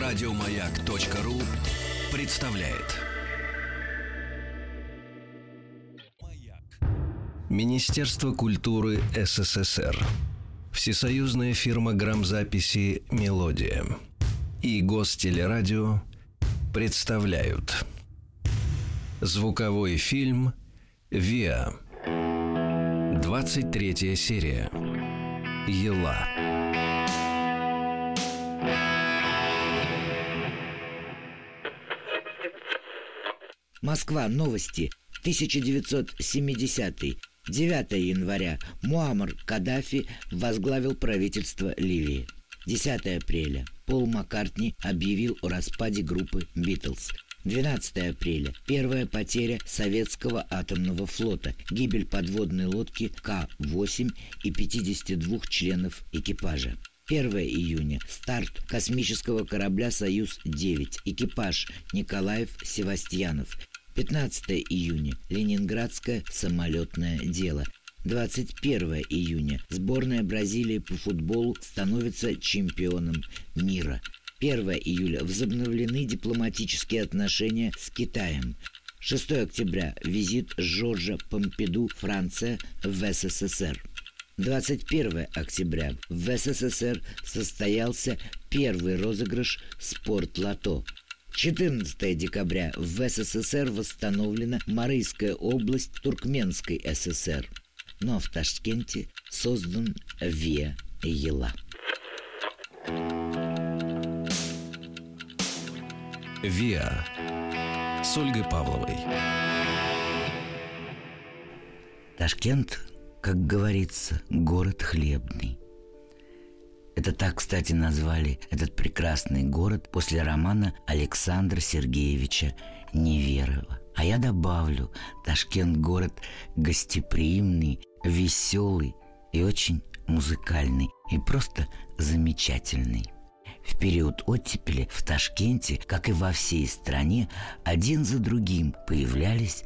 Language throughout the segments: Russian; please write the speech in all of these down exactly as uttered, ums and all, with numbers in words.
Радиомаяк.ру представляет. Министерство культуры СССР, Всесоюзная фирма грамзаписи «Мелодия» и Гостелерадио представляют звуковой фильм «Виа». двадцать третья серия. Ела. Москва. Новости. тысяча девятьсот семидесятый. девятого января. Муаммар Каддафи возглавил правительство Ливии. десятого апреля. Пол Маккартни объявил о распаде группы «Битлз». двенадцатого апреля. Первая потеря советского атомного флота. Гибель подводной лодки К восемь и пятидесяти двух членов экипажа. первого июня. Старт космического корабля «Союз-девять». Экипаж Николаев-Севастьянов. пятнадцатого июня. Ленинградское самолетное дело. двадцать первого июня. Сборная Бразилии по футболу становится чемпионом мира. первого июля. Возобновлены дипломатические отношения с Китаем. шестого октября. Визит Жоржа Помпиду, Франция, в СССР. двадцать первого октября. В СССР состоялся первый розыгрыш «Спорт-лото». четырнадцатого декабря. В СССР восстановлена Марийская область Туркменской ССР. Ну а в Ташкенте создан ВИА «Ела». «Виа» с Ольгой Павловой. Ташкент, как говорится, город хлебный. Это так, кстати, назвали этот прекрасный город после романа Александра Сергеевича Неверова. А я добавлю, Ташкент город гостеприимный, веселый и очень музыкальный, и просто замечательный. В период оттепели в Ташкенте, как и во всей стране, один за другим появлялись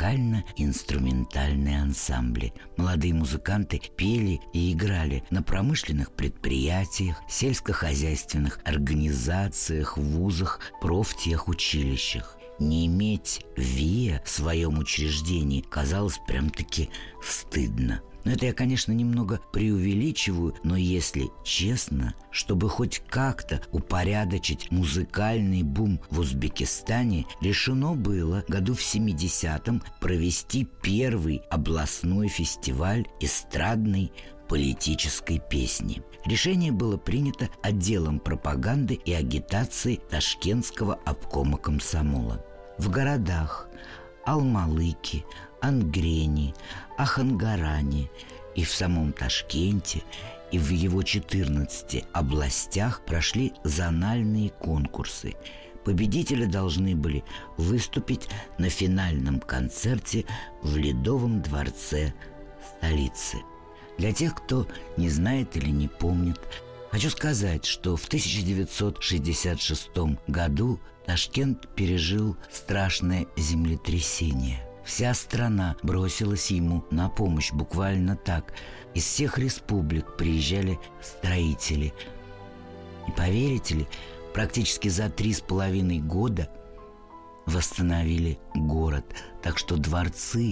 вокально-инструментальные ансамбли. Молодые музыканты пели и играли на промышленных предприятиях, сельскохозяйственных организациях, вузах, профтехучилищах. Не иметь ВИА в своем учреждении казалось прям-таки стыдно. Но это я, конечно, немного преувеличиваю, но если честно, чтобы хоть как-то упорядочить музыкальный бум в Узбекистане, решено было году в семидесятом провести первый областной фестиваль эстрадной политической песни. Решение было принято отделом пропаганды и агитации Ташкентского обкома комсомола. В городах Алмалыке, Ангрене, Ахангаране и в самом Ташкенте и в его четырнадцати областях прошли зональные конкурсы. Победители должны были выступить на финальном концерте в Ледовом дворце столицы. Для тех, кто не знает или не помнит, хочу сказать, что в тысяча девятьсот шестьдесят шестом году Ташкент пережил страшное землетрясение. Вся страна бросилась ему на помощь, буквально так. Из всех республик приезжали строители. И поверите ли, практически за три с половиной года восстановили город. Так что дворцы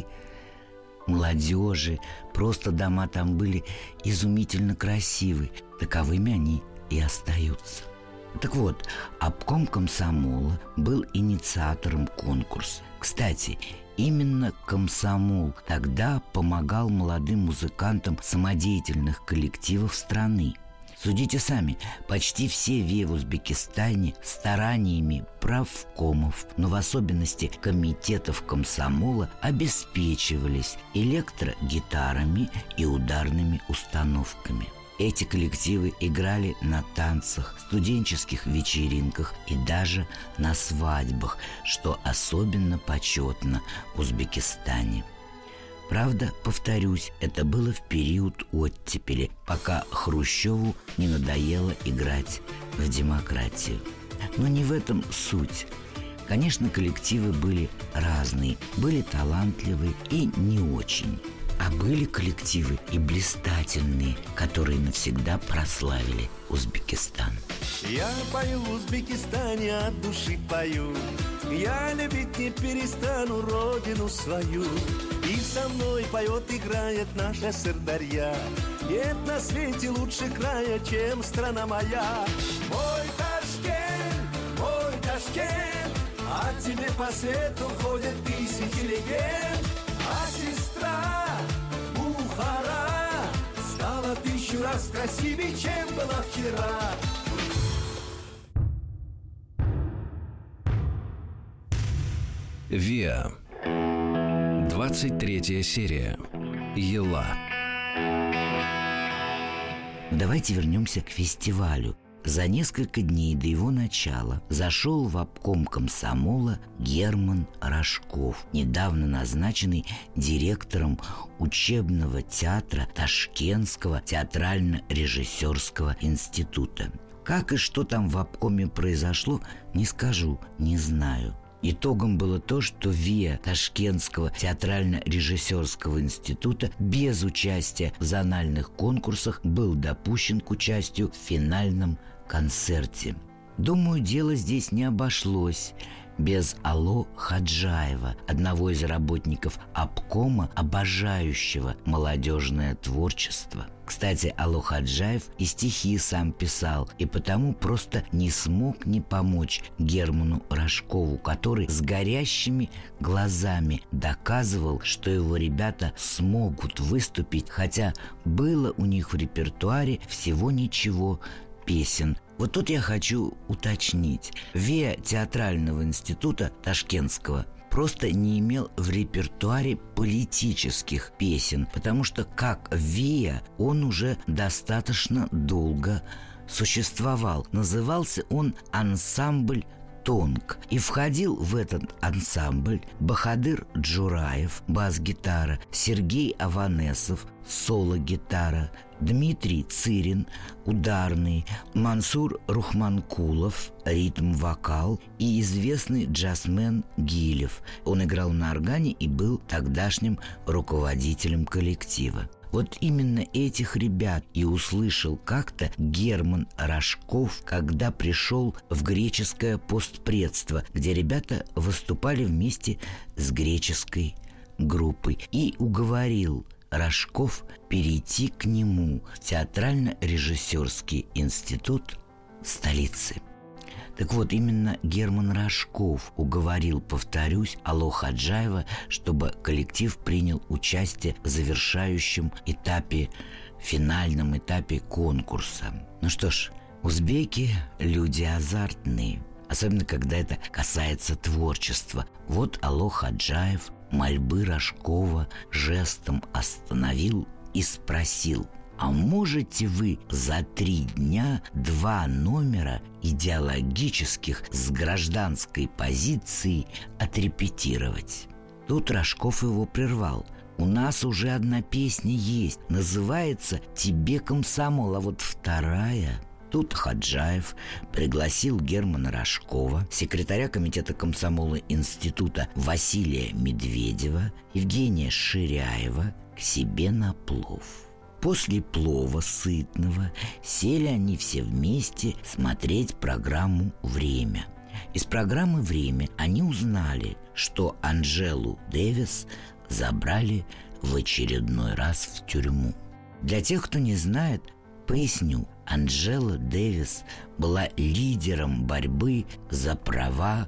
молодежи, просто дома там были изумительно красивы. Таковыми они и остаются. Так вот, обком комсомола был инициатором конкурса. Кстати, именно комсомол тогда помогал молодым музыкантам самодеятельных коллективов страны. Судите сами, почти все ВИА в Узбекистане стараниями правкомов, но в особенности комитетов комсомола, обеспечивались электрогитарами и ударными установками. Эти коллективы играли на танцах, студенческих вечеринках и даже на свадьбах, что особенно почетно в Узбекистане. Правда, повторюсь, это было в период оттепели, пока Хрущеву не надоело играть в демократию. Но не в этом суть. Конечно, коллективы были разные, были талантливые и не очень. А были коллективы и блистательные, которые навсегда прославили Узбекистан. Я пою в Узбекистане, от души пою. Я любить не перестану родину свою. И со мной поет, играет наша Сырдарья. Нет на свете лучше края, чем страна моя. Мой Ташкент, мой Ташкент, о тебе по свету ходят тысячи легенд. А сестра Бухара стала тысячу раз красивее, чем была вчера. Виа. Двадцать третья серия. Ела. Давайте вернемся к фестивалю. За несколько дней до его начала зашел в обком комсомола Герман Рожков, недавно назначенный директором учебного театра Ташкентского театрально-режиссерского института. Как и что там в обкоме произошло, не скажу, не знаю. Итогом было то, что ВИА Ташкентского театрально-режиссерского института без участия в зональных конкурсах был допущен к участию в финальном концерте. Думаю, дело здесь не обошлось без Ало Хаджаева, одного из работников обкома, обожающего молодежное творчество. Кстати, Ало Хаджаев и стихи сам писал, и потому просто не смог не помочь Герману Рожкову, который с горящими глазами доказывал, что его ребята смогут выступить, хотя было у них в репертуаре всего ничего песен. Вот тут я хочу уточнить. ВИА театрального института Ташкентского просто не имел в репертуаре политических песен, потому что как ВИА он уже достаточно долго существовал. Назывался он «Ансамбль Тонг». И входил в этот ансамбль Бахадыр Джураев, бас-гитара, Сергей Аванесов, соло-гитара, Дмитрий Цирин, ударный, Мансур Рухманкулов, ритм-вокал и известный джазмен Гилев. Он играл на органе и был тогдашним руководителем коллектива. Вот именно этих ребят и услышал как-то Герман Рожков, когда пришел в греческое постпредство, где ребята выступали вместе с греческой группой, и уговорил Рожков перейти к нему в театрально-режиссерский институт столицы. Так вот, именно Герман Рожков уговорил, повторюсь, Ало Хаджаева, чтобы коллектив принял участие в завершающем этапе, финальном этапе конкурса. Ну что ж, узбеки – люди азартные, особенно когда это касается творчества. Вот Ало Хаджаев мольбы Рожкова жестом остановил и спросил: а можете вы за три дня два номера идеологических с гражданской позиции отрепетировать? Тут Рожков его прервал. У нас уже одна песня есть, называется «Тебе, комсомол», а вот вторая... Тут Хаджаев пригласил Германа Рожкова, секретаря комитета комсомола института Василия Медведева, Евгения Ширяева к себе на плов. После плова сытного сели они все вместе смотреть программу «Время». Из программы «Время» они узнали, что Анджелу Дэвис забрали в очередной раз в тюрьму. Для тех, кто не знает, поясню. Анджела Дэвис была лидером борьбы за права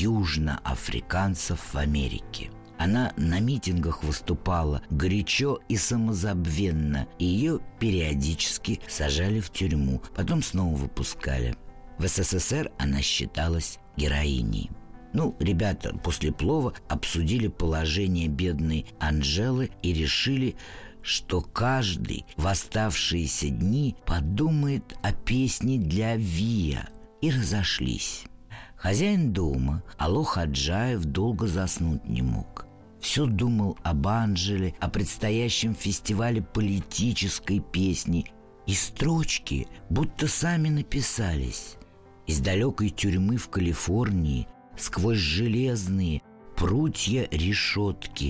южноафриканцев в Америке. Она на митингах выступала горячо и самозабвенно, и ее периодически сажали в тюрьму, потом снова выпускали. В СССР она считалась героиней. Ну, ребята после плова обсудили положение бедной Анджелы и решили, что каждый в оставшиеся дни подумает о песне для ВИА, и разошлись. Хозяин дома, Ало Хаджаев, долго заснуть не мог. Все думал об Анджеле, о предстоящем фестивале политической песни, и строчки будто сами написались. Из далекой тюрьмы в Калифорнии, сквозь железные прутья решетки,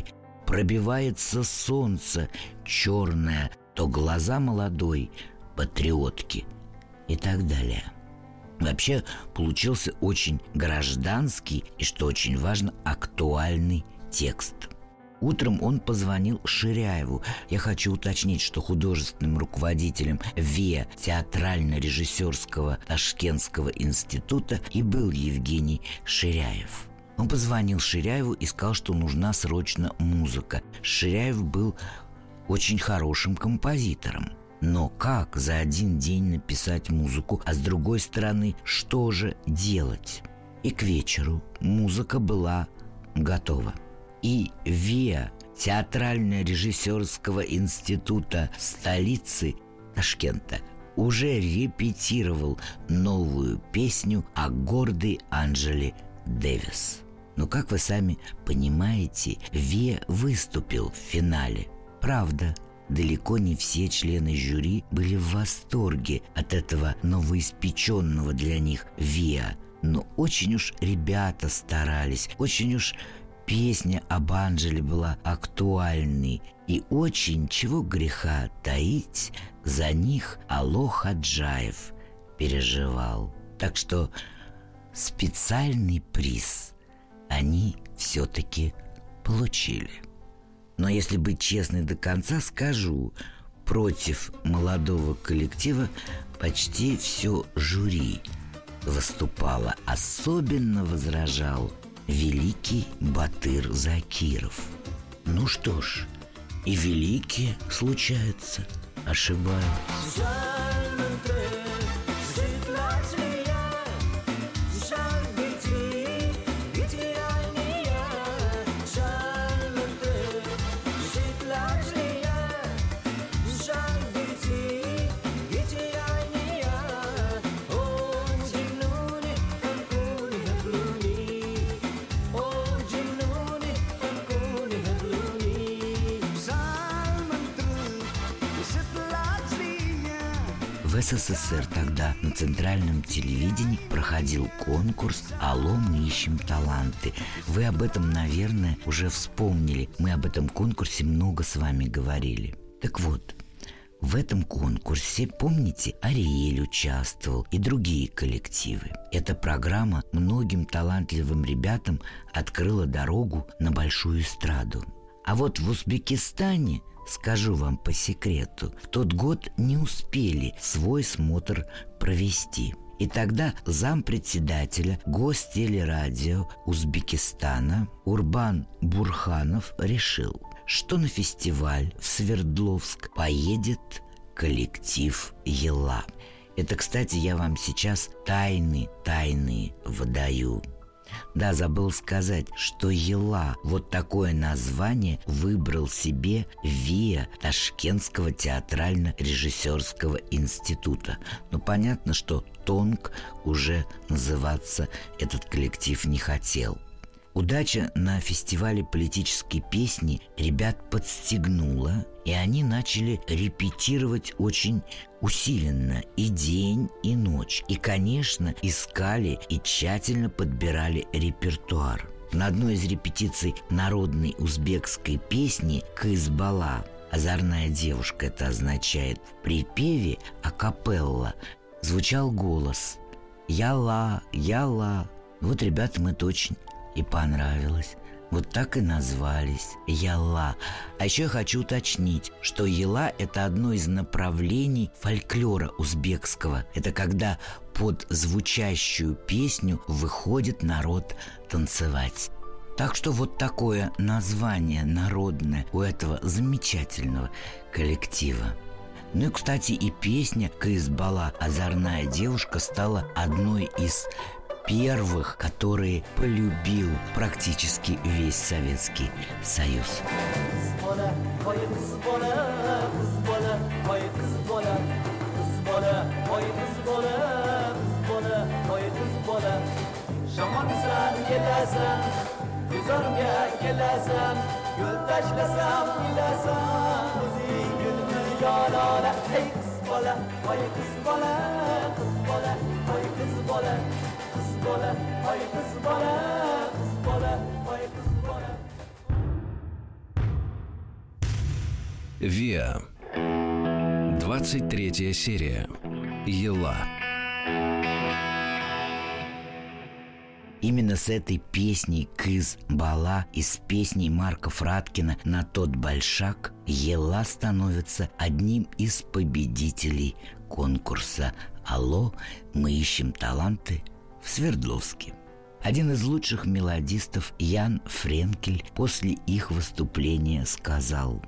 пробивается солнце черное, то глаза молодой патриотки и так далее. Вообще получился очень гражданский и, что очень важно, актуальный текст. Утром он позвонил Ширяеву. Я хочу уточнить, что художественным руководителем ВИА театрально-режиссерского Ташкентского института и был Евгений Ширяев. Он позвонил Ширяеву и сказал, что нужна срочно музыка. Ширяев был очень хорошим композитором. Но как за один день написать музыку, а с другой стороны, что же делать? И к вечеру музыка была готова. И ВИА театрально-режиссерского института столицы Ташкента уже репетировал новую песню о гордой Анджеле Дэвис. Но, как вы сами понимаете, ВИА выступил в финале. Правда, далеко не все члены жюри были в восторге от этого новоиспеченного для них ВИА. Но очень уж ребята старались, очень уж песня об Анджеле была актуальной. И очень, чего греха таить, за них Ало Хаджаев переживал. Так что специальный приз они все-таки получили. Но если быть честной до конца, скажу, против молодого коллектива почти все жюри выступало. Особенно возражал великий Батыр Закиров. Ну что ж, и великие, случается, ошибаются. В СССР тогда на центральном телевидении проходил конкурс «Алло, мы ищем таланты». Вы об этом, наверное, уже вспомнили. Мы об этом конкурсе много с вами говорили. Так вот, в этом конкурсе, помните, Ариэль участвовал и другие коллективы. Эта программа многим талантливым ребятам открыла дорогу на большую эстраду. А вот в Узбекистане, скажу вам по секрету, в тот год не успели свой смотр провести. И тогда зампредседателя Гостелерадио Узбекистана Урбан Бурханов решил, что на фестиваль в Свердловск поедет коллектив «Ела». Это, кстати, я вам сейчас тайны тайные выдаю. Да, забыл сказать, что «Ела» — вот такое название выбрал себе ВИА Ташкентского театрально-режиссерского института. Ну, понятно, что «Тонг» уже называться этот коллектив не хотел. Удача на фестивале политической песни ребят подстегнула, и они начали репетировать очень усиленно и день, и ночь. И, конечно, искали и тщательно подбирали репертуар. На одной из репетиций народной узбекской песни «Кызбала» «Озорная девушка» это означает, в припеве акапелла звучал голос «Яла, яла». Вот ребятам это очень и понравилось. Вот так и назвались — «Яла». А еще я хочу уточнить, что «Яла» — это одно из направлений фольклора узбекского. Это когда под звучащую песню выходит народ танцевать. Так что вот такое название народное у этого замечательного коллектива. Ну и, кстати, и песня «Кызбала» «Озорная девушка» стала одной из первых, которые полюбил практически весь Советский Союз. Виа. двадцать третья серия. Ела. Именно с этой песней «Кыз Бала» и с песней Марка Фраткина «На тот большак» Ела становится одним из победителей конкурса «Алло, мы ищем таланты» в Свердловске. Один из лучших мелодистов Ян Френкель после их выступления сказал: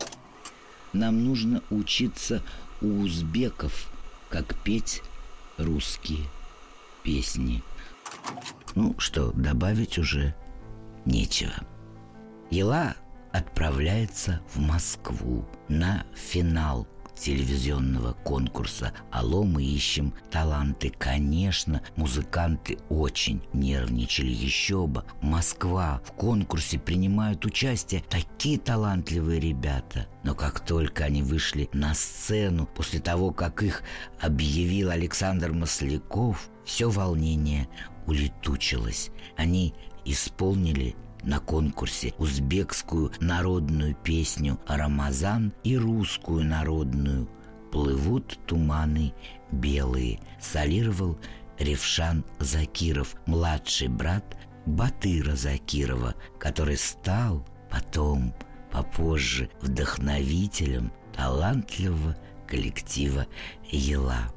«Нам нужно учиться у узбеков, как петь русские песни». Ну что, добавить уже нечего. Ела отправляется в Москву на финал телевизионного конкурса «Алло, мы ищем таланты». Конечно, музыканты очень нервничали, еще бы. Москва, в конкурсе принимают участие такие талантливые ребята. Но как только они вышли на сцену, после того, как их объявил Александр Масляков, все волнение улетучилось. Они исполнили на конкурсе узбекскую народную песню «Рамазан» и русскую народную «Плывут туманы белые». Солировал Ревшан Закиров, младший брат Батыра Закирова, который стал потом, попозже, вдохновителем талантливого коллектива «Ела».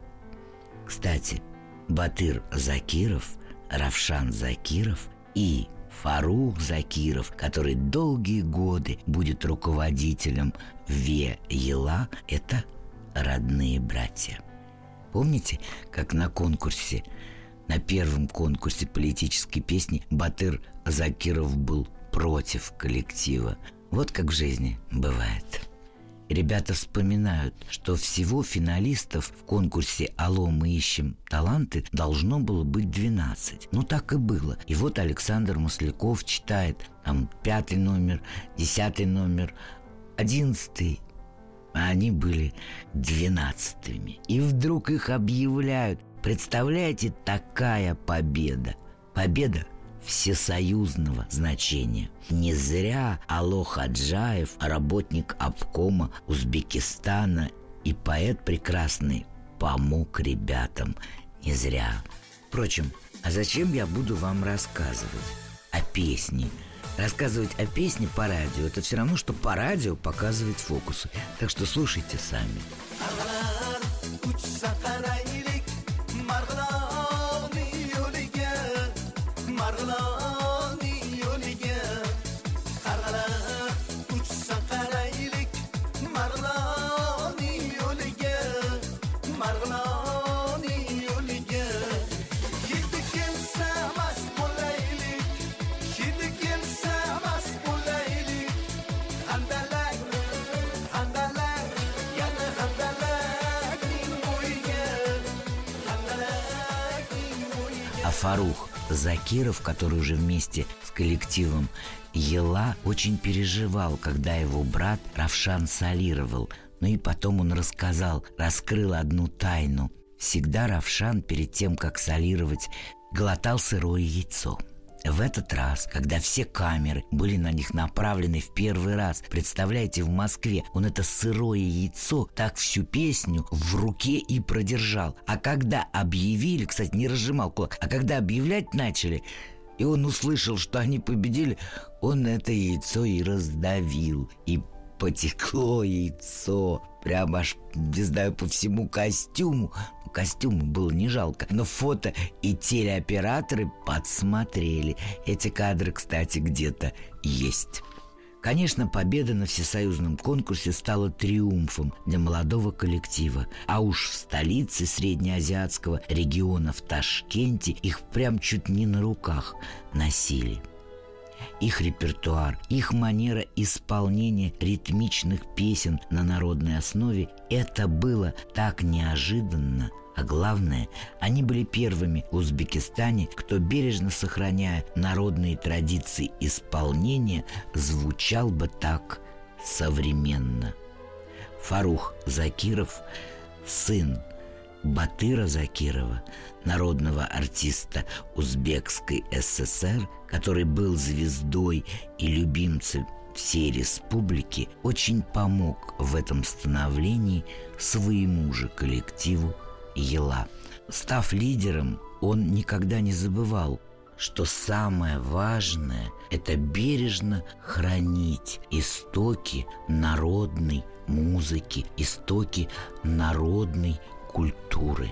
Кстати, Батыр Закиров, Равшан Закиров и Фарух Закиров, который долгие годы будет руководителем Виа Ела, это родные братья. Помните, как на конкурсе, на первом конкурсе политической песни Батыр Закиров был против коллектива? Вот как в жизни бывает. Ребята вспоминают, что всего финалистов в конкурсе «Алло, мы ищем таланты» должно было быть двенадцать. Ну, так и было. И вот Александр Масляков читает там пятый номер, десятый номер, одиннадцатый. А они были двенадцатыми. И вдруг их объявляют. Представляете, такая победа. Победа всесоюзного значения. Не зря Ало Хаджаев, работник обкома Узбекистана и поэт прекрасный, помог ребятам. Не зря. Впрочем, а зачем я буду вам рассказывать о песне? Рассказывать о песне по радио — это все равно, что по радио показывать фокусы. Так что слушайте сами. Фарух Закиров, который уже вместе с коллективом Ела очень переживал, когда его брат Равшан солировал. Ну и потом он рассказал, раскрыл одну тайну. Всегда Равшан перед тем, как солировать, глотал сырое яйцо. В этот раз, когда все камеры были на них направлены в первый раз, представляете, в Москве, он это сырое яйцо так всю песню в руке и продержал. А когда объявили, кстати, не разжимал кулак, а когда объявлять начали, и он услышал, что они победили, он это яйцо и раздавил. И потекло яйцо, прямо аж, не знаю, по всему костюму. Костюму было не жалко, но фото и телеоператоры подсмотрели. Эти кадры, кстати, где-то есть. Конечно, победа на всесоюзном конкурсе стала триумфом для молодого коллектива. А уж в столице среднеазиатского региона, в Ташкенте, их прям чуть не на руках носили. Их репертуар, их манера исполнения ритмичных песен на народной основе – это было так неожиданно. А главное, они были первыми в Узбекистане, кто, бережно сохраняя народные традиции исполнения, звучал бы так современно. Фарух Закиров, сын Батыра Закирова, народного артиста Узбекской ССР, который был звездой и любимцем всей республики очень помог в этом становлении своему же коллективу «Ела». Став лидером, он никогда не забывал, что самое важное – это бережно хранить истоки народной музыки, истоки народной культуры.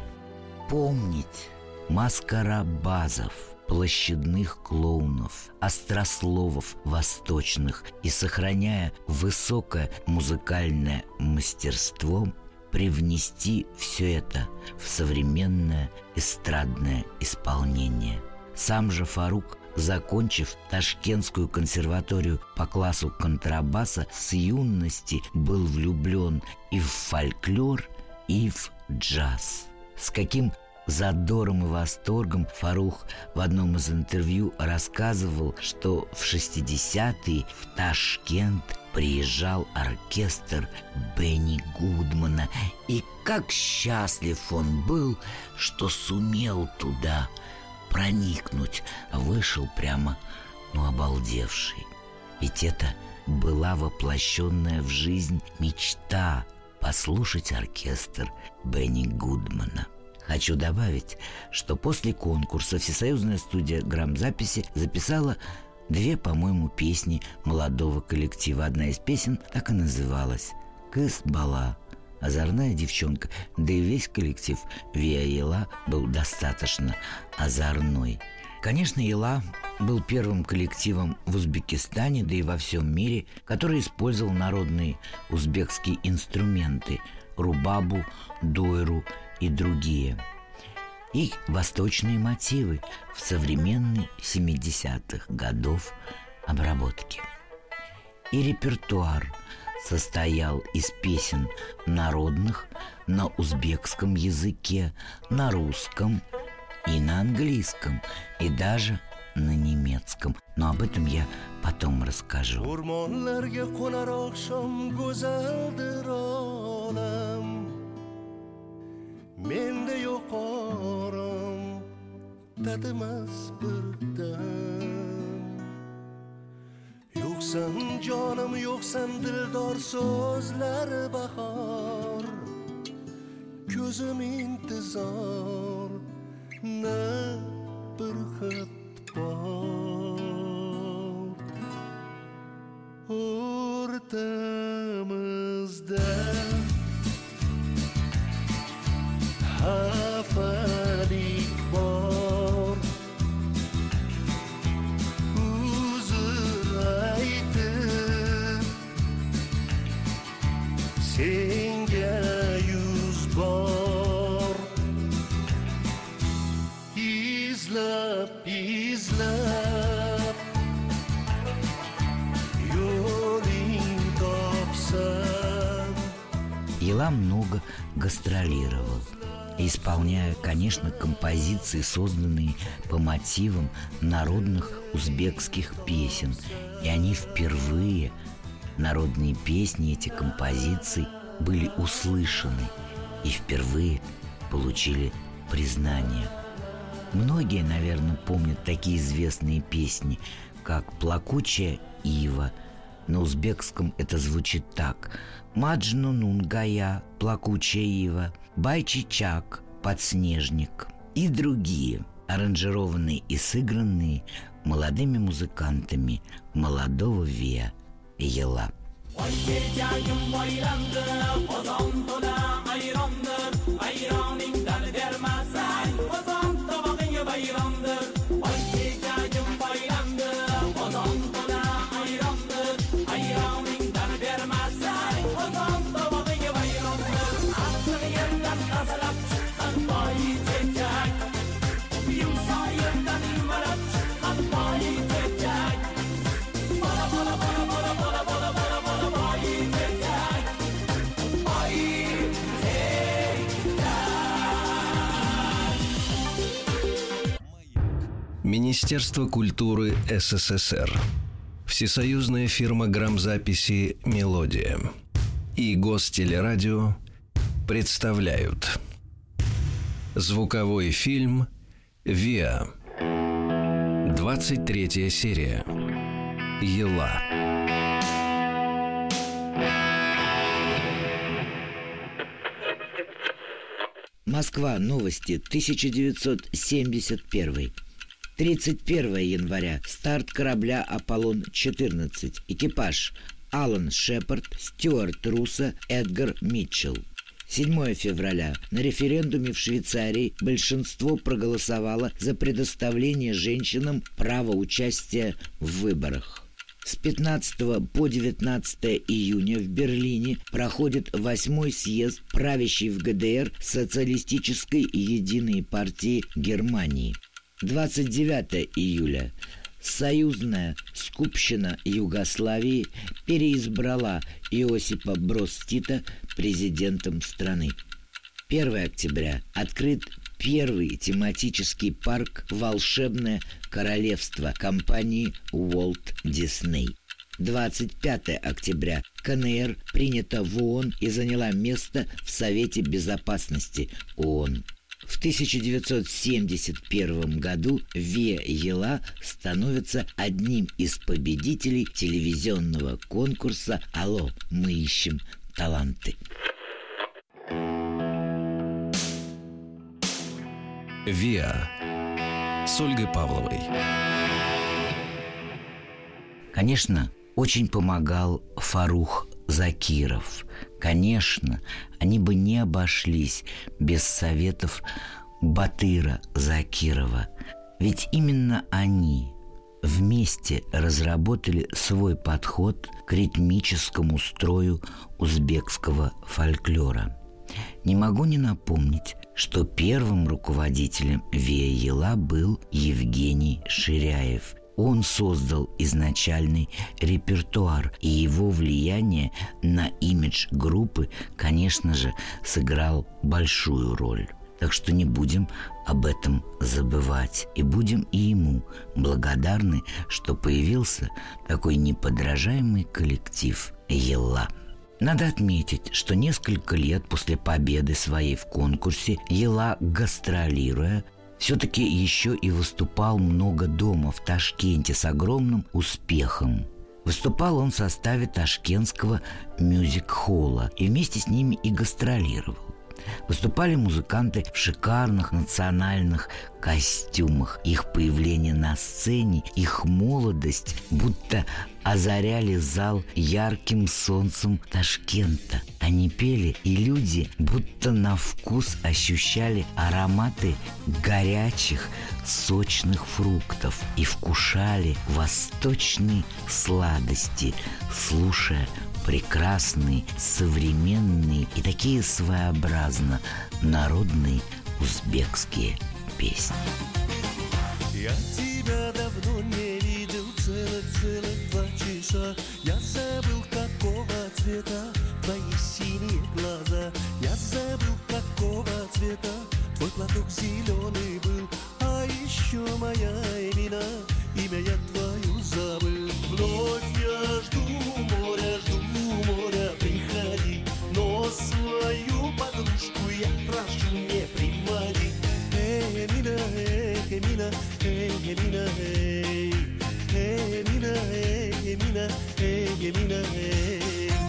Помнить маскарабазов, площадных клоунов, острословов восточных и, сохраняя высокое музыкальное мастерство, привнести все это в современное эстрадное исполнение. Сам же Фарук, закончив Ташкентскую консерваторию по классу контрабаса, с юности был влюблен и в фольклор, и в джаз. С каким задором и восторгом Фарух в одном из интервью рассказывал, что в шестидесятые в Ташкент приезжал оркестр Бенни Гудмана, и как счастлив он был, что сумел туда проникнуть, вышел прямо, ну, обалдевший. Ведь это была воплощенная в жизнь мечта послушать оркестр Бенни Гудмана. Хочу добавить, что после конкурса Всесоюзная студия грамзаписи записала две, по-моему, песни молодого коллектива. Одна из песен так и называлась «Кыз бала», озорная девчонка, да и весь коллектив Виа Ела был достаточно озорной. Конечно, Ела был первым коллективом в Узбекистане, да и во всем мире, который использовал народные узбекские инструменты – рубабу, дойру и другие. И восточные мотивы в современной семидесятых годов обработки. И репертуар состоял из песен народных на узбекском языке, на русском и на английском, и даже на немецком. Но об этом я потом расскажу. Yoksan canım yoksan dildor sözler bahar Gözüm intizar ne bir xat var Ortamızda hafalik var Senga yüz bar İzlap, izlap Yolin topsan. Ела много гастролировал, исполняя, конечно, композиции, созданные по мотивам народных узбекских песен. И они впервые, народные песни, эти композиции, были услышаны и впервые получили признание. Многие, наверное, помнят такие известные песни, как «Плакучая ива». На узбекском это звучит так: «Маджнунун гая, плакучая ива», «Бай-чичак, подснежник» и другие, аранжированные и сыгранные молодыми музыкантами молодого Виа Ела. Министерство культуры СССР, Всесоюзная фирма грамзаписи «Мелодия» и Гостелерадио представляют звуковой фильм «Виа». двадцать третья серия. Ела. Москва. Новости. тысяча девятьсот семьдесят первый. тридцать первого января. Старт корабля «Аполлон-четырнадцать». Экипаж: Алан Шепард, Стюарт Руссо, Эдгар Митчелл. седьмого февраля. На референдуме в Швейцарии большинство проголосовало за предоставление женщинам права участия в выборах. С пятнадцатого по девятнадцатое июня в Берлине проходит восьмой съезд правящей в ГДР Социалистической единой партии Германии. двадцать девятого июля. Союзная скупщина Югославии переизбрала Иосипа Броз Тита президентом страны. первого октября. Открыт первый тематический парк «Волшебное королевство» компании Уолт Дисней. двадцать пятого октября. КНР принята в ООН и заняла место в Совете Безопасности ООН. В тысяча девятьсот семьдесят первом году Виа Ела становится одним из победителей телевизионного конкурса «Алло, мы ищем таланты». Виа с Ольгой Павловой. Конечно, очень помогал Фарух Закиров. Конечно, они бы не обошлись без советов Батыра Закирова. Ведь именно они вместе разработали свой подход к ритмическому строю узбекского фольклора. Не могу не напомнить, что первым руководителем Виа Ела был Евгений Ширяев. Он создал изначальный репертуар, и его влияние на имидж группы, конечно же, сыграл большую роль. Так что не будем об этом забывать. И будем и ему благодарны, что появился такой неподражаемый коллектив Ела. Надо отметить, что несколько лет после победы своей в конкурсе Ела, гастролируя, все-таки еще и выступал много дома в Ташкенте с огромным успехом. Выступал он в составе ташкентского мюзик-холла и вместе с ними и гастролировал. Выступали музыканты в шикарных национальных костюмах. Их появление на сцене, их молодость будто озаряли зал ярким солнцем Ташкента. Они пели, и люди будто на вкус ощущали ароматы горячих, сочных фруктов и вкушали восточные сладости, слушая прекрасные, современные и такие своеобразно народные узбекские песни. Я тебя давно не видел, целых-целых два часа. Я забыл, какого цвета твои синие глаза. Я забыл, какого цвета твой платок зеленый был. А еще моя Эмина, имя я твою забыл. Вновь я жду моря, жду моря, приходи. Но свою подружку я прошу, не приводи. Эй, Эмина, эй, Эмина, эй, Эмина, эй. Эй, Эмина, эй, Эмина, эй, Эмина, эй.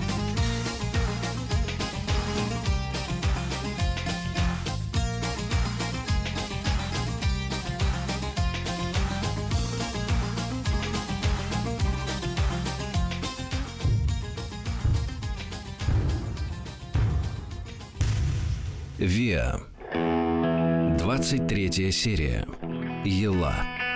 Виа. двадцать третья серия. Ела.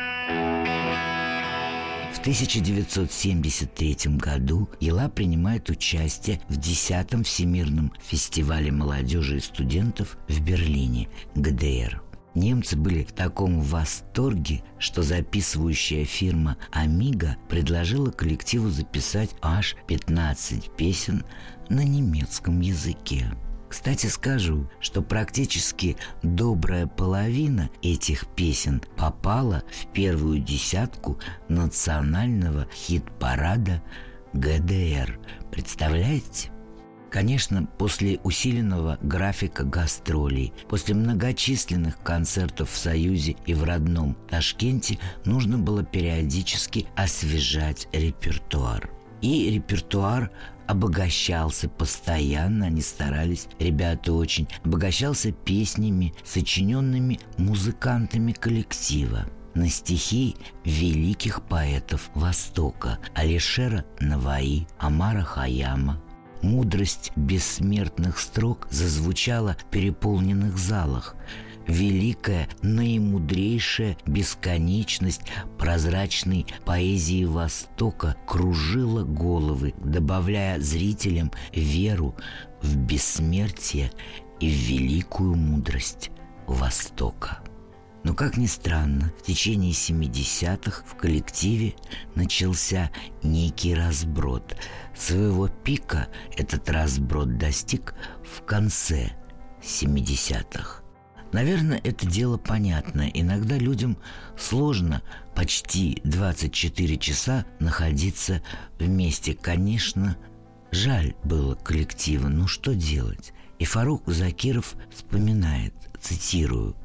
В тысяча девятьсот семьдесят третьем году Ела принимает участие в десятом Всемирном фестивале молодежи и студентов в Берлине, ГДР. Немцы были в таком восторге, что записывающая фирма «Амига» предложила коллективу записать аж пятнадцать песен на немецком языке. Кстати, скажу, что практически добрая половина этих песен попала в первую десятку национального хит-парада ГДР. Представляете? Конечно, после усиленного графика гастролей, после многочисленных концертов в Союзе и в родном Ташкенте нужно было периодически освежать репертуар. И репертуар обогащался постоянно, они старались, ребята очень, обогащался песнями, сочиненными музыкантами коллектива на стихи великих поэтов Востока Алишера Наваи, Омара Хайяма. Мудрость бессмертных строк зазвучала в переполненных залах. Великая, наимудрейшая бесконечность прозрачной поэзии Востока кружила головы, добавляя зрителям веру в бессмертие и в великую мудрость Востока. Но, как ни странно, в течение семидесятых в коллективе начался некий разброд. Своего пика этот разброд достиг в конце семидесятых. Наверное, это дело понятно. Иногда людям сложно почти двадцать четыре часа находиться вместе. Конечно, жаль было коллектива, но что делать? И Фарух Закиров вспоминает, цитирую: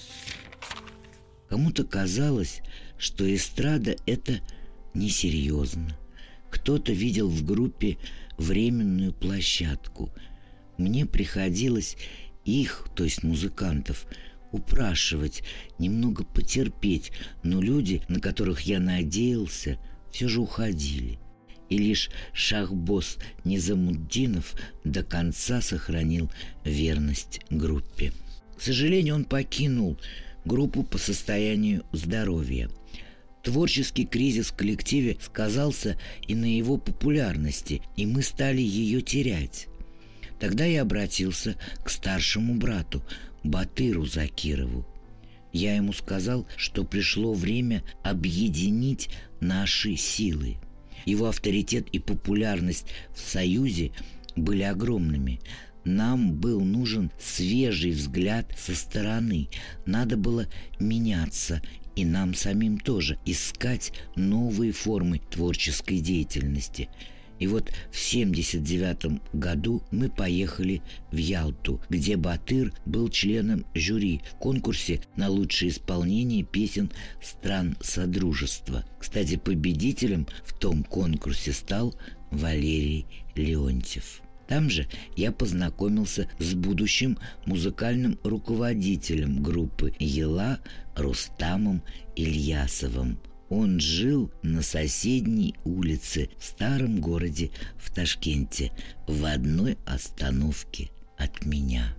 «Кому-то казалось, что эстрада – это несерьезно. Кто-то видел в группе временную площадку. Мне приходилось их, то есть музыкантов, упрашивать, немного потерпеть, но люди, на которых я надеялся, все же уходили. И лишь Шахбоз Низамуддинов до конца сохранил верность группе. К сожалению, он покинул группу по состоянию здоровья. Творческий кризис в коллективе сказался и на его популярности, и мы стали ее терять. Тогда я обратился к старшему брату, Батыру Закирову. Я ему сказал, что пришло время объединить наши силы. Его авторитет и популярность в Союзе были огромными. Нам был нужен свежий взгляд со стороны. Надо было меняться, и нам самим тоже искать новые формы творческой деятельности. И вот в семьдесят девятом году мы поехали в Ялту, где Батыр был членом жюри в конкурсе на лучшее исполнение песен стран Содружества. Кстати, победителем в том конкурсе стал Валерий Леонтьев. Там же я познакомился с будущим музыкальным руководителем группы «Ела» Рустамом Ильясовым. Он жил на соседней улице в старом городе в Ташкенте, в одной остановке от меня.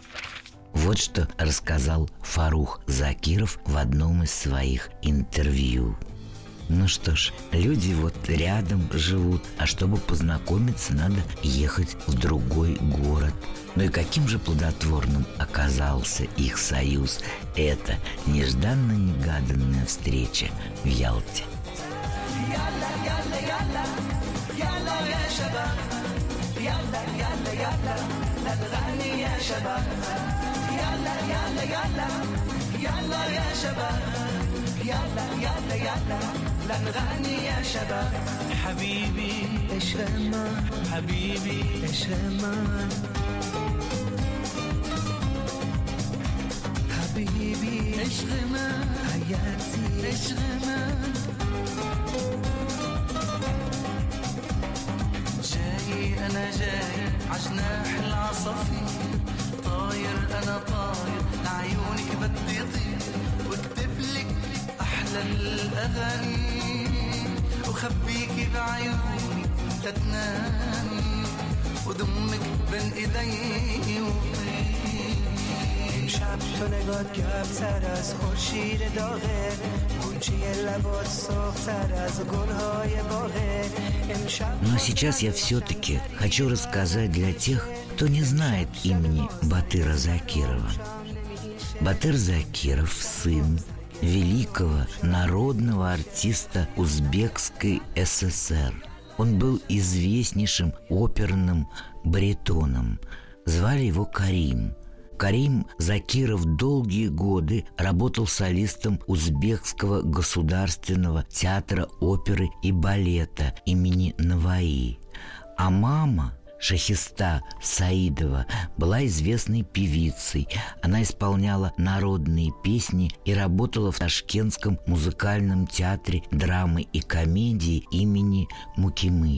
Вот что рассказал Фарух Закиров в одном из своих интервью. Ну что ж, люди вот рядом живут, а чтобы познакомиться, надо ехать в другой город. Ну и каким же плодотворным оказался их союз. Это нежданно-негаданная встреча в Ялте. يلا يلا يلا لنغني يا شباب حبيبي ايش رمان حبيبي ايش رمان حبيبي ايش غمان حياتي ايش غمان جاي انا جاي عجناح العصافير طاير انا طاير لعيونك بدي طير واكتب لك أحلى الأغاني وخبيكي بعيوني تتنامي وضمك بين إيدي وطيري امشب تو نگات گرم‌تر از خورشید داغه گونچه لبات سرخ‌تر از گل‌های باغه امشب. Но сейчас я все-таки хочу рассказать для тех, кто не знает имени Батыра Закирова. Батыр Закиров – сын великого народного артиста Узбекской ССР. Он был известнейшим оперным баритоном. Звали его Карим. Карим Закиров долгие годы работал солистом Узбекского государственного театра оперы и балета имени Наваи. А мама Шахиста Саидова была известной певицей. Она исполняла народные песни и работала в Ташкентском музыкальном театре драмы и комедии имени Мукимы.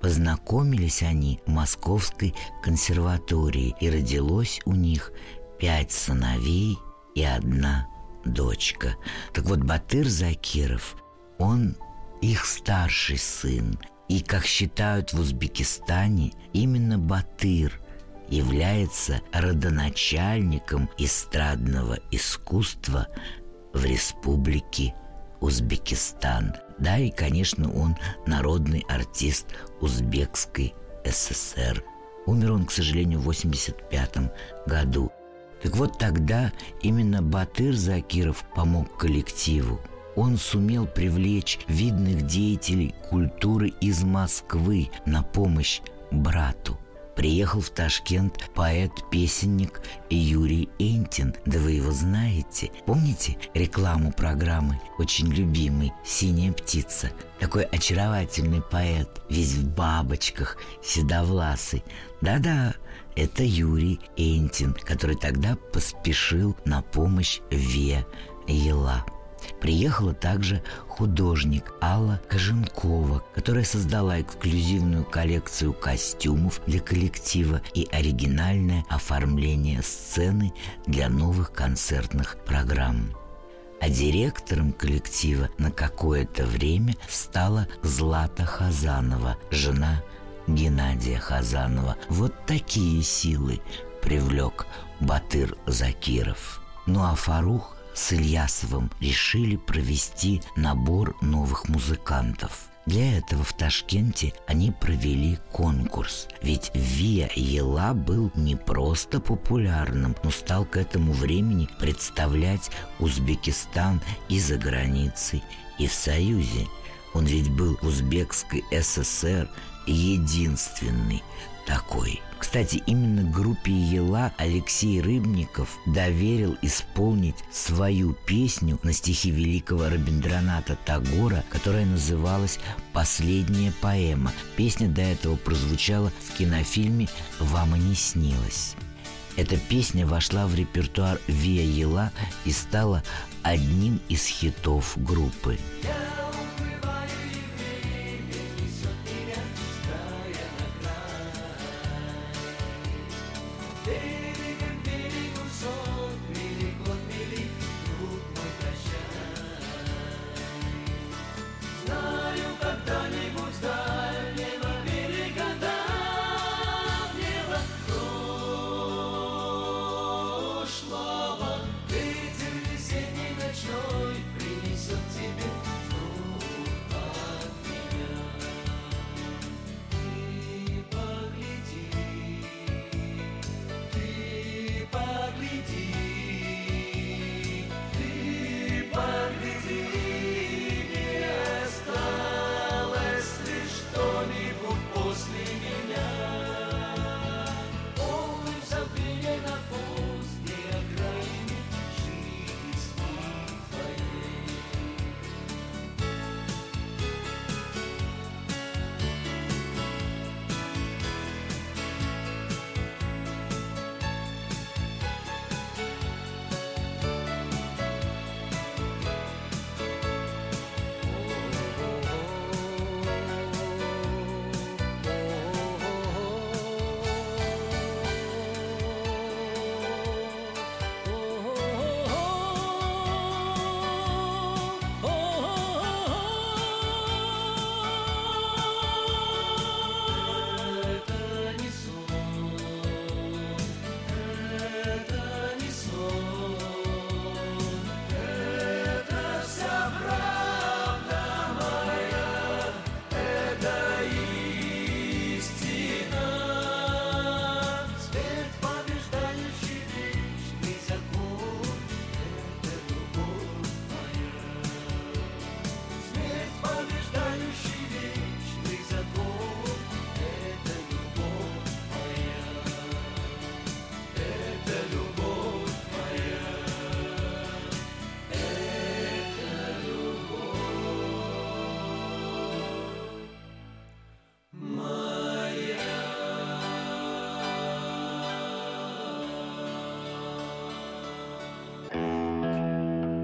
Познакомились они в Московской консерватории, и родилось у них пять сыновей и одна дочка. Так вот, Батыр Закиров, он их старший сын. И, как считают в Узбекистане, именно Батыр является родоначальником эстрадного искусства в Республике Узбекистан. Да, и, конечно, он народный артист Узбекской ССР. Умер он, к сожалению, в восемьдесят пятом году. Так вот, тогда именно Батыр Закиров помог коллективу. Он сумел привлечь видных деятелей культуры из Москвы на помощь брату. Приехал в Ташкент поэт-песенник Юрий Энтин. Да вы его знаете. Помните рекламу программы очень любимой «Синяя птица»? Такой очаровательный поэт, весь в бабочках, седовласый. Да-да, это Юрий Энтин, который тогда поспешил на помощь Ве Ела. Приехала также художник Алла Коженкова, которая создала эксклюзивную коллекцию костюмов для коллектива и оригинальное оформление сцены для новых концертных программ. А директором коллектива на какое-то время стала Злата Хазанова, жена Геннадия Хазанова. Вот такие силы привлек Батыр Закиров. Ну а Фарух с Ильясовым решили провести набор новых музыкантов. Для этого в Ташкенте они провели конкурс. Ведь Ве Ела был не просто популярным, но стал к этому времени представлять Узбекистан и за границей, и в Союзе. Он ведь был в Узбекской ССР единственный такой. Кстати, именно группе Ела Алексей Рыбников доверил исполнить свою песню на стихи великого Рабиндраната Тагора, которая называлась «Последняя поэма». Песня до этого прозвучала в кинофильме «Вам и не снилось». Эта песня вошла в репертуар Ве Ела и стала одним из хитов группы.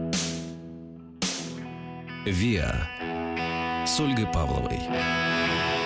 «Виа» с Ольгой Павловой.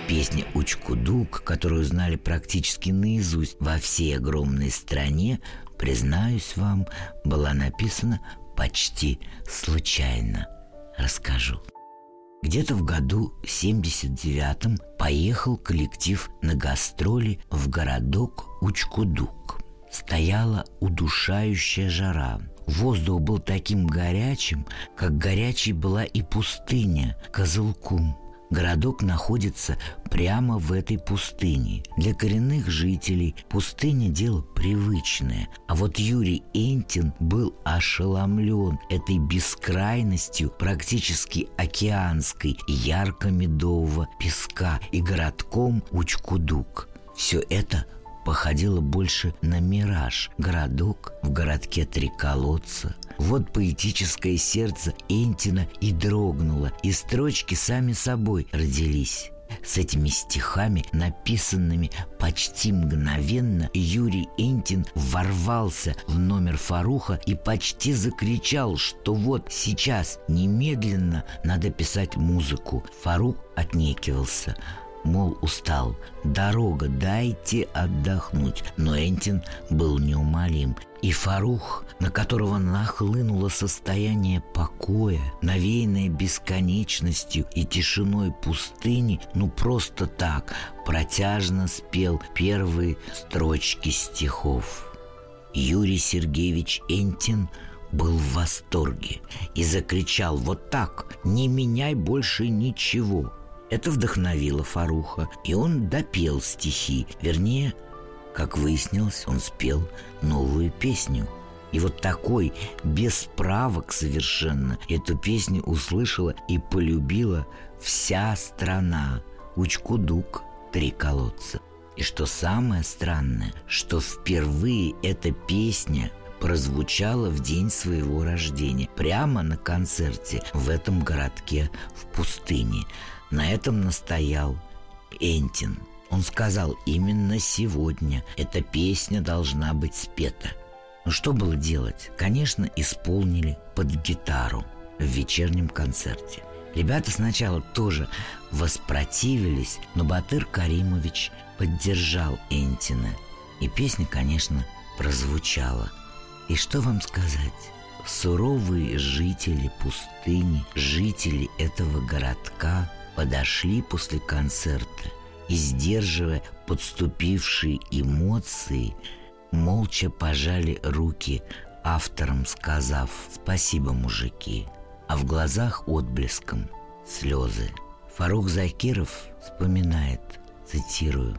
Песня «Учкудук», которую знали практически наизусть во всей огромной стране, признаюсь вам, была написана почти случайно. Расскажу. Где-то в году семьдесят девятом поехал коллектив на гастроли в городок Учкудук. Стояла удушающая жара. Воздух был таким горячим, как горячей была и пустыня Кызылкум. Городок находится прямо в этой пустыне. Для коренных жителей пустыня – дело привычное. А вот Юрий Энтин был ошеломлен этой бескрайностью практически океанской ярко-медового песка и городком Учкудук. Все это походило больше на мираж. Городок, в городке три колодца. Вот поэтическое сердце Энтина и дрогнуло, и строчки сами собой родились. С этими стихами, написанными почти мгновенно, Юрий Энтин ворвался в номер Фарруха и почти закричал, что вот сейчас немедленно надо писать музыку. Фаррух отнекивался, мол, устал, дорога, дайте отдохнуть. Но Энтин был неумолим. И Фаррух, на которого нахлынуло состояние покоя, навеянное бесконечностью и тишиной пустыни, ну просто так протяжно спел первые строчки стихов. Юрий Сергеевич Энтин был в восторге и закричал вот так: «Не меняй больше ничего». Это вдохновило Фарруха, и он допел стихи, вернее, как выяснилось, он спел новую песню. И вот такой, без правок совершенно, эту песню услышала и полюбила вся страна. Учкудук, три колодца. И что самое странное, что впервые эта песня прозвучала в день своего рождения, прямо на концерте в этом городке в пустыне. На этом настоял Энтин. Он сказал, именно сегодня эта песня должна быть спета. Ну что было делать? Конечно, исполнили под гитару в вечернем концерте. Ребята сначала тоже воспротивились, но Батыр Каримович поддержал Энтина. И песня, конечно, прозвучала. И что вам сказать? Суровые жители пустыни, жители этого городка подошли после концерта и, сдерживая подступившие эмоции, молча пожали руки авторам, сказав «Спасибо, мужики», а в глазах отблеском слезы. Фаррух Закиров вспоминает, цитирую: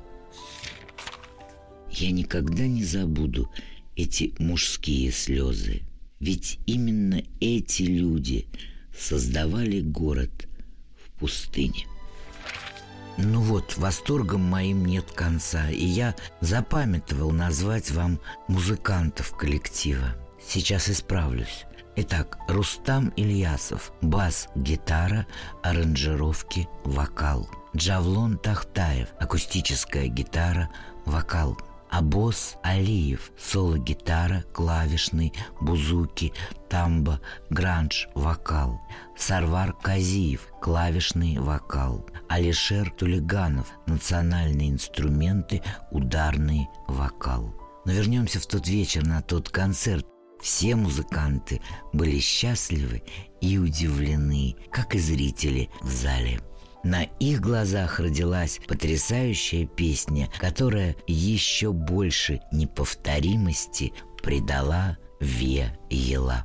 «Я никогда не забуду эти мужские слезы, ведь именно эти люди создавали город в пустыне». Ну вот, восторгом моим нет конца, и я запамятовал назвать вам музыкантов коллектива. Сейчас исправлюсь. Итак, Рустам Ильясов, бас, гитара, аранжировки, вокал. Джавлон Тахтаев, акустическая гитара, вокал. Абос Алиев, соло-гитара, клавишный, бузуки, тамба, гранж, вокал. Сарвар Казиев, клавишный, вокал. Алишер Тулиганов, национальные инструменты, ударный, вокал. Но вернемся в тот вечер, на тот концерт. Все музыканты были счастливы и удивлены, как и зрители в зале. На их глазах родилась потрясающая песня, которая еще больше неповторимости придала Виа Ела.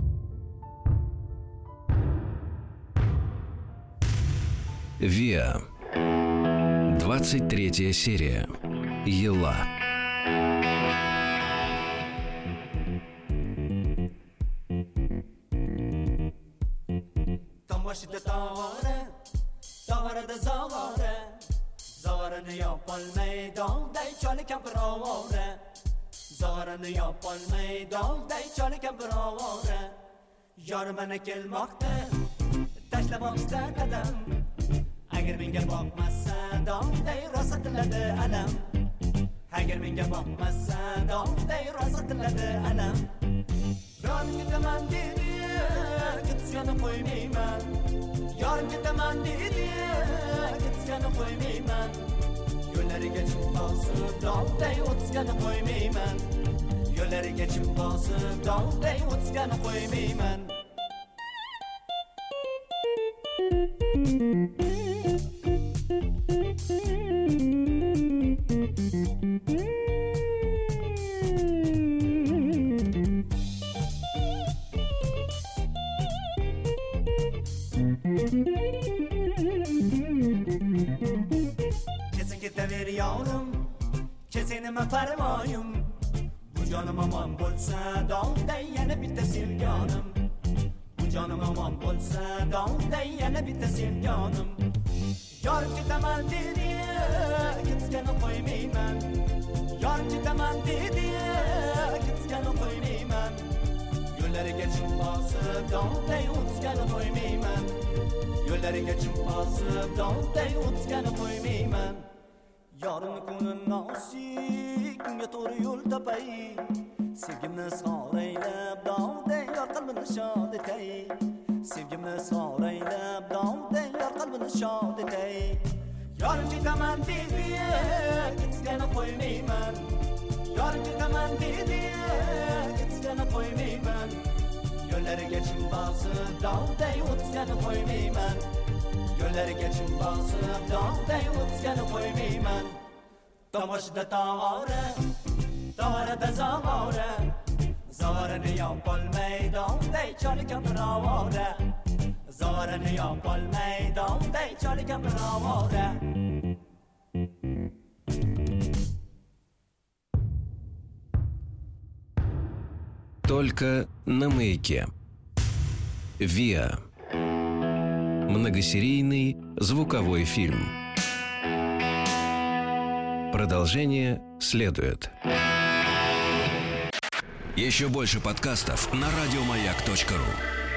Виа. двадцать третья серия. Ела. Zavarada zavara, zavarani yapolmay dog'day choli kamprovora, zavarani yapolmay dog'day choli kamprovora. Yor mana kelmoqda, tashlamoqda qadam, agar menga boqmasa dog'day rosa tiladi alam, agar menga boqmasa dog'day rosa tiladi alam. Yorim ketaman dedi, ketishini qo'ymayman. Yorim ketaman dedi, o'tgani qo'ymayman yo'llariga chim bosib dovday o'tgani qo'ymayman yo'llariga chim bosib dovday o'tgani qo'ymayman ketaver yorim kesing nima parvoyim bu jonim omon bo'lsa dovday yana bitta sevganim bu jonim omon bo'lsa dovday yana bitta sevganim yorim ketaman dedi ketgani qo'ymayman yorim ketaman dedi ketgani qo'ymayman yo'llariga chim bosib dovday o'tgani qo'ymayman yo'llariga chim bosib dovday o'tgani qo'ymayman yorimni ko'ngli nosik unga to'g'ri yo'l topay sevgimni so'raylab dovday yor qalbini shod etay sevgimni so'raylab dovday yor qalbini shod etay yorim ketaman dedi ketgani qo'ymayman yorim ketaman dedi ketgani qo'ymayman yo'llariga chim bosib dovday o'tgani qo'ymayman yo'llariga chim bosib dovday o'tgani qo'ymayman tomoshda tog'ora tog'orada zog'ora zog'orani yopolmay dovday choli kampir ovora zog'orani yopolmay dovday choli kampir ovora Только на Маяке. ВИА. Многосерийный звуковой фильм. Продолжение следует. Еще больше подкастов на радиомаяк точка ру.